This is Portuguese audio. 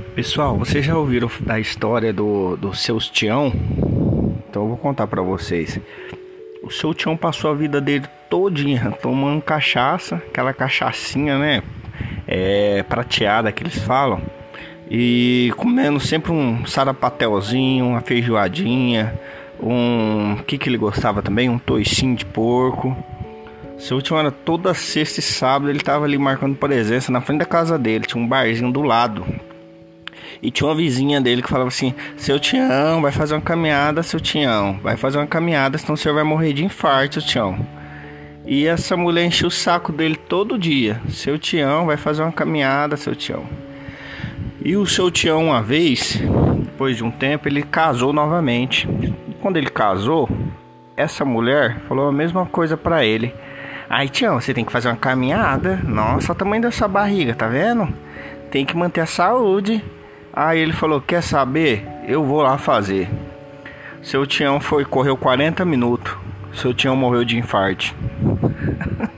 Pessoal, vocês já ouviram da história do seu Tião? Então eu vou contar pra vocês. O seu Tião passou a vida dele todinha tomando cachaça, aquela cachaçinha, né? Prateada que eles falam. E comendo sempre um sarapatelzinho, uma feijoadinha, que ele gostava também? Um toicinho de porco. Seu Tião era toda sexta e sábado, ele tava ali marcando presença na frente da casa dele, tinha um barzinho do lado. E tinha uma vizinha dele que falava assim: seu Tião, vai fazer uma caminhada, seu Tião, vai fazer uma caminhada, senão o senhor vai morrer de infarto, Tião. E essa mulher enchia o saco dele todo dia: seu Tião, vai fazer uma caminhada, seu Tião. E o seu Tião, uma vez, depois de um tempo, ele casou novamente. E quando ele casou, essa mulher falou a mesma coisa pra ele: ai, Tião, você tem que fazer uma caminhada. Nossa, o tamanho dessa barriga, tá vendo? Tem que manter a saúde. Aí ele falou: quer saber? Eu vou lá fazer. Seu Tião correu 40 minutos. Seu Tião morreu de infarto.